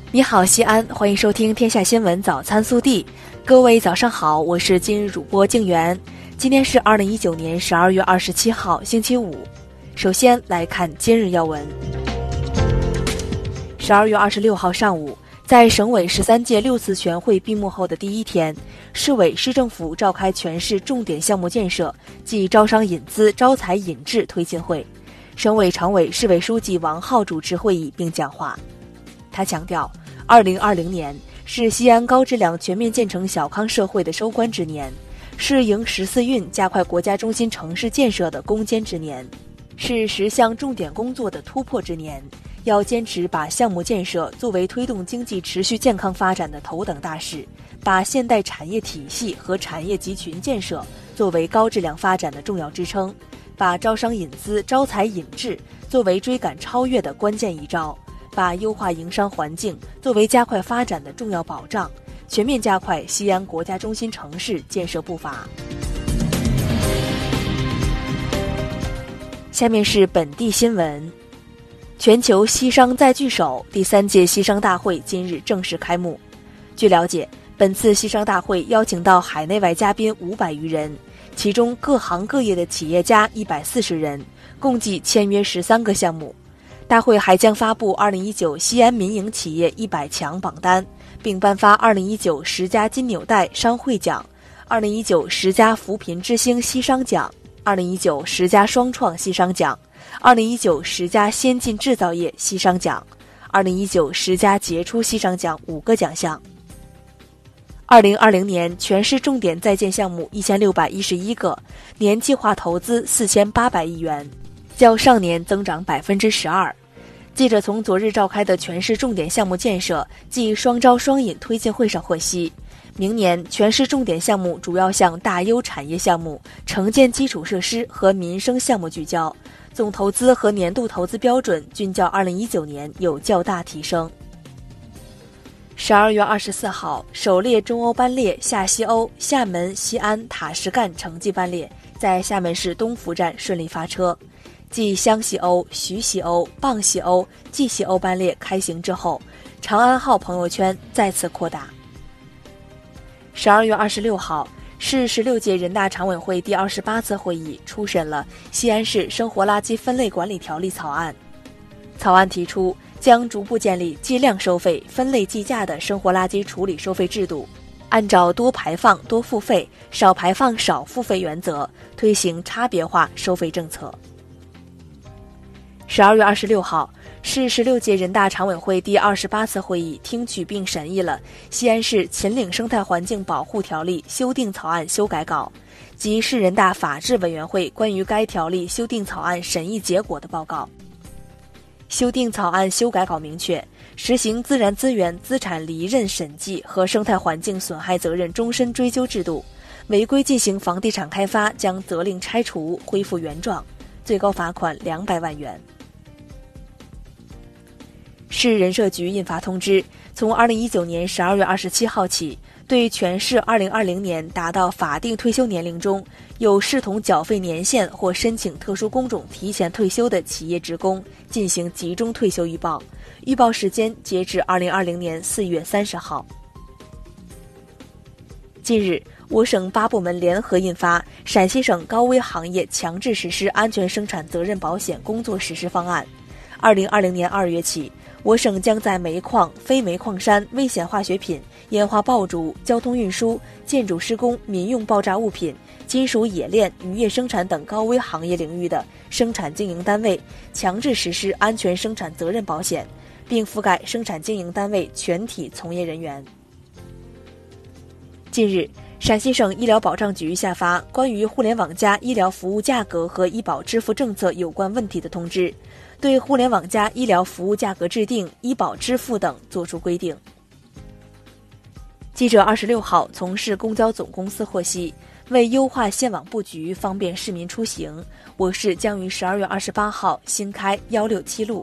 你好，西安，欢迎收听天下新闻早餐速递。各位早上好，我是今日主播静媛。今天是2019年12月27号，星期五。首先来看今日要闻。12月26号上午，在省委13届6次全会闭幕后的第一天，市委市政府召开全市重点项目建设暨招商引资、招才引智推进会。省委常委、市委书记王浩主持会议并讲话。他强调，2020年是西安高质量全面建成小康社会的收官之年，是迎14运加快国家中心城市建设的攻坚之年，是10项重点工作的突破之年。要坚持把项目建设作为推动经济持续健康发展的头等大事，把现代产业体系和产业集群建设作为高质量发展的重要支撑，把招商引资、招才引智作为追赶超越的关键一招，把优化营商环境作为加快发展的重要保障，全面加快西安国家中心城市建设步伐。下面是本地新闻。全球西商再聚首第3届西商大会今日正式开幕。据了解，本次西商大会邀请到海内外嘉宾500余人，其中各行各业的企业家140人，共计签约13个项目。大会还将发布2019西安民营企业100强榜单，并颁发201910家金纽带商会奖、2019 10家扶贫之星西商奖、2019 10家双创西商奖、2019 10家先进制造业西商奖、2019 10家杰出西商奖5个奖项。2020年全市重点在建项目1611个，年计划投资4800亿元，较上年增长12%。记者从昨日召开的全市重点项目建设暨双招双引推进会上获悉，明年全市重点项目主要向大优产业项目、城建基础设施和民生项目聚焦，总投资和年度投资标准均较2019年有较大提升。12月24号，首列中欧班列下西欧厦门、西安、塔什干城际班列在厦门市东福站顺利发车。继湘西欧、徐西欧、蚌西欧、蓟西欧班列开行之后，长安号朋友圈再次扩大。12月26号，市16届人大常委会第28次会议初审了西安市生活垃圾分类管理条例草案。草案提出，将逐步建立计量收费、分类计价的生活垃圾处理收费制度，按照多排放多付费、少排放少付费原则，推行差别化收费政策。12月26号，市16届人大常委会第28次会议听取并审议了西安市秦岭生态环境保护条例修订草案修改稿及市人大法制委员会关于该条例修订草案审议结果的报告。修订草案修改稿明确，实行自然资源资产离任审计和生态环境损害责任终身追究制度，违规进行房地产开发将责令拆除恢复原状，最高罚款200万元。市人社局印发通知，从2019年12月27号起，对全市2020年达到法定退休年龄中有视同缴费年限或申请特殊工种提前退休的企业职工进行集中退休预报，预报时间截至2020年4月30号。近日，我省8部门联合印发《陕西省高危行业强制实施安全生产责任保险工作实施方案》。2020年2月起，我省将在煤矿、非煤矿山、危险化学品、烟花爆竹、交通运输、建筑施工、民用爆炸物品、金属冶炼、渔业生产等高危行业领域的生产经营单位强制实施安全生产责任保险，并覆盖生产经营单位全体从业人员。近日，陕西省医疗保障局下发关于互联网加医疗服务价格和医保支付政策有关问题的通知，对互联网加医疗服务价格制定、医保支付等作出规定。记者26号从市公交总公司获悉，为优化线网布局，方便市民出行，我市将于12月28号新开167路。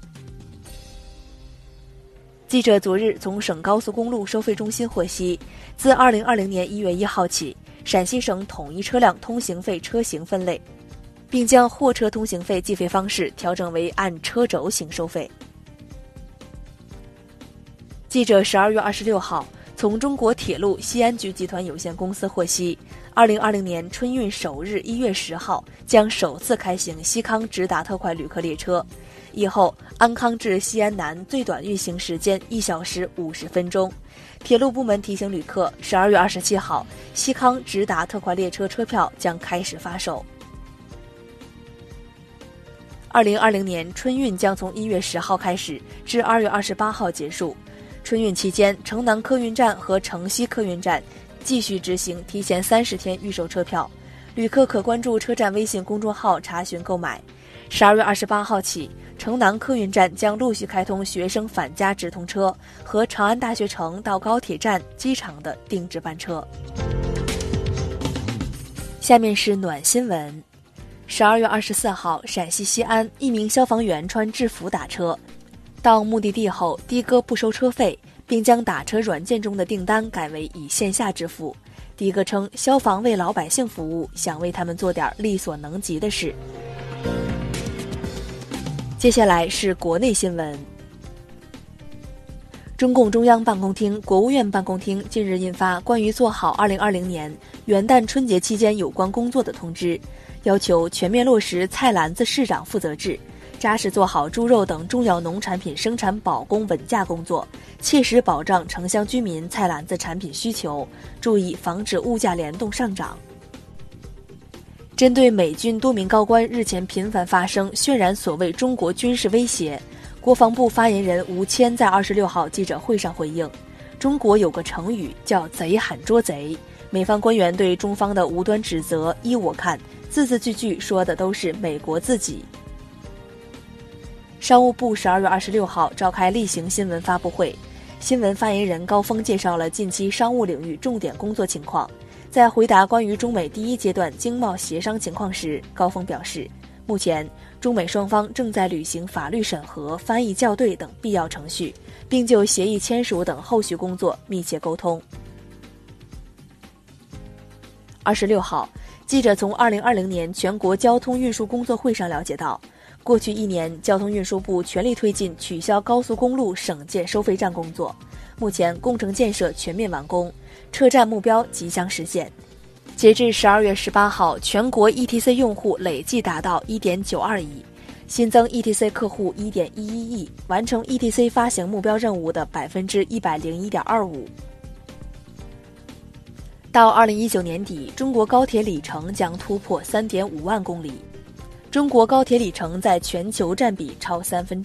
记者昨日从省高速公路收费中心获悉，自2020年1月1号起，陕西省统一车辆通行费车型分类，并将货车通行费计费方式调整为按车轴型收费。 记者12月26号从中国铁路西安局集团有限公司获悉，2020年春运首日1月10号将首次开行西康直达特快旅客列车，以后安康至西安南最短运行时间1小时50分钟。铁路部门提醒旅客，12月27号西康直达特快列车车票将开始发售。2020年春运将从1月10号开始至2月28号结束。春运期间，城南客运站和城西客运站继续执行提前30天预售车票，旅客可关注车站微信公众号查询购买。12月28号起，城南客运站将陆续开通学生返家直通车和长安大学城到高铁站、机场的定制班车。下面是暖新闻。12月24号，陕西西安一名消防员穿制服打车，到目的地后的哥不收车费，并将打车软件中的订单改为以线下支付。的哥称消防为老百姓服务，想为他们做点力所能及的事。接下来是国内新闻。中共中央办公厅、国务院办公厅近日印发关于做好2020年元旦春节期间有关工作的通知，要求全面落实菜篮子市长负责制，扎实做好猪肉等重要农产品生产保供稳价工作，切实保障城乡居民菜篮子产品需求，注意防止物价联动上涨。针对美军多名高官日前频繁发声渲染所谓中国军事威胁，国防部发言人吴谦在26号记者会上回应，中国有个成语叫贼喊捉贼，美方官员对中方的无端指责，依我看字字句句说的都是美国自己。商务部12月26号召开例行新闻发布会，新闻发言人高峰介绍了近期商务领域重点工作情况。在回答关于中美第一阶段经贸协商情况时，高峰表示，目前中美双方正在履行法律审核、翻译校对等必要程序，并就协议签署等后续工作密切沟通。26号，记者从2020年全国交通运输工作会上了解到，过去1年，交通运输部全力推进取消高速公路省界收费站工作，目前工程建设全面完工，车站目标即将实现。截至12月18号，全国 ETC 用户累计达到 1.92 亿，新增 ETC 客户 1.11 亿，完成 ETC 发行目标任务的 101.25%。到2019年底，中国高铁里程将突破 3.5 万公里。中国高铁里程在全球占比超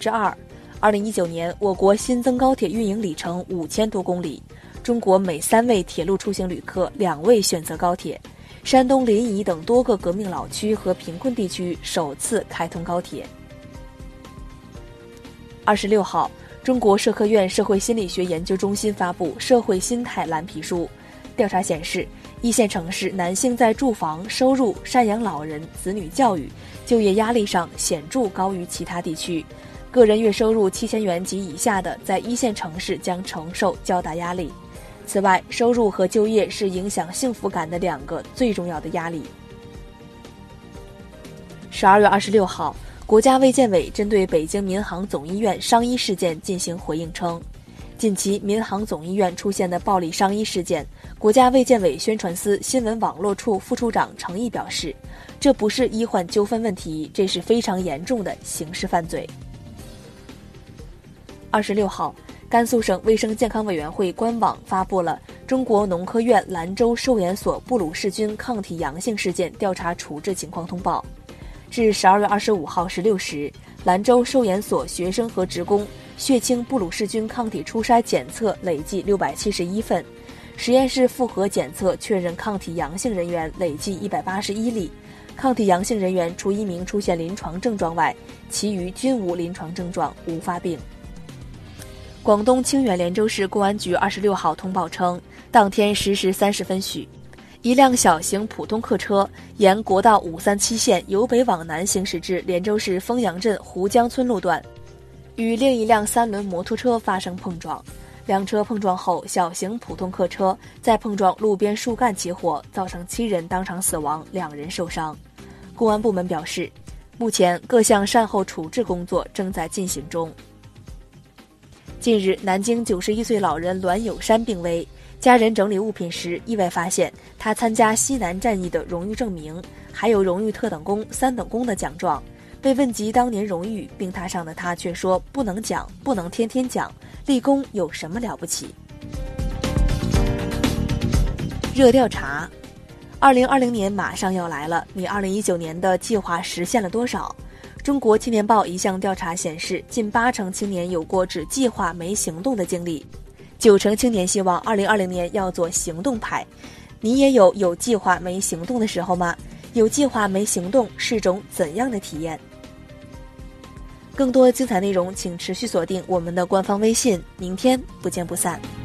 2/3。2019年，我国新增高铁运营里程5000多公里。中国每3位铁路出行旅客，2位选择高铁。山东临沂等多个革命老区和贫困地区首次开通高铁。26号，中国社科院社会心理学研究中心发布《社会心态蓝皮书》。调查显示，1线城市男性在住房、收入、赡养老人、子女教育、就业压力上显著高于其他地区。个人月收入7000元及以下的，在1线城市将承受较大压力。此外，收入和就业是影响幸福感的2个最重要的压力。12月26号，国家卫健委针对北京民航总医院伤医事件进行回应称，近期民航总医院出现的暴力伤医事件，国家卫健委宣传司新闻网络处副处长程毅表示，这不是医患纠纷问题，这是非常严重的刑事犯罪。26号，甘肃省卫生健康委员会官网发布了中国农科院兰州寿研所布鲁氏菌抗体阳性事件调查处置情况通报。至12月25号16时，兰州寿研所学生和职工血清布鲁氏菌抗体初筛检测累计671份，实验室复核检测确认抗体阳性人员累计181例，抗体阳性人员除1名出现临床症状外，其余均无临床症状，无发病。广东清远连州市公安局26号通报称，当天10时30分许，一辆小型普通客车沿国道537线由北往南行驶至连州市丰阳镇湖江村路段，与另一辆3轮摩托车发生碰撞。两车碰撞后，小型普通客车在碰撞路边树干起火，造成7人当场死亡，2人受伤。公安部门表示，目前各项善后处置工作正在进行中。 近日，南京91岁老人栾友山病危，家人整理物品时意外发现他参加西南战役的荣誉证明，还有荣誉特等功、3等功的奖状。被问及当年荣誉，病榻上的他却说不能讲，不能天天讲，立功有什么了不起？热调查，2020年马上要来了，你2019年的计划实现了多少？中国青年报一项调查显示，近80%青年有过只计划没行动的经历，90%青年希望2020年要做行动派。你也有计划没行动的时候吗？有计划没行动是种怎样的体验？更多精彩内容请持续锁定我们的官方微信，明天不见不散。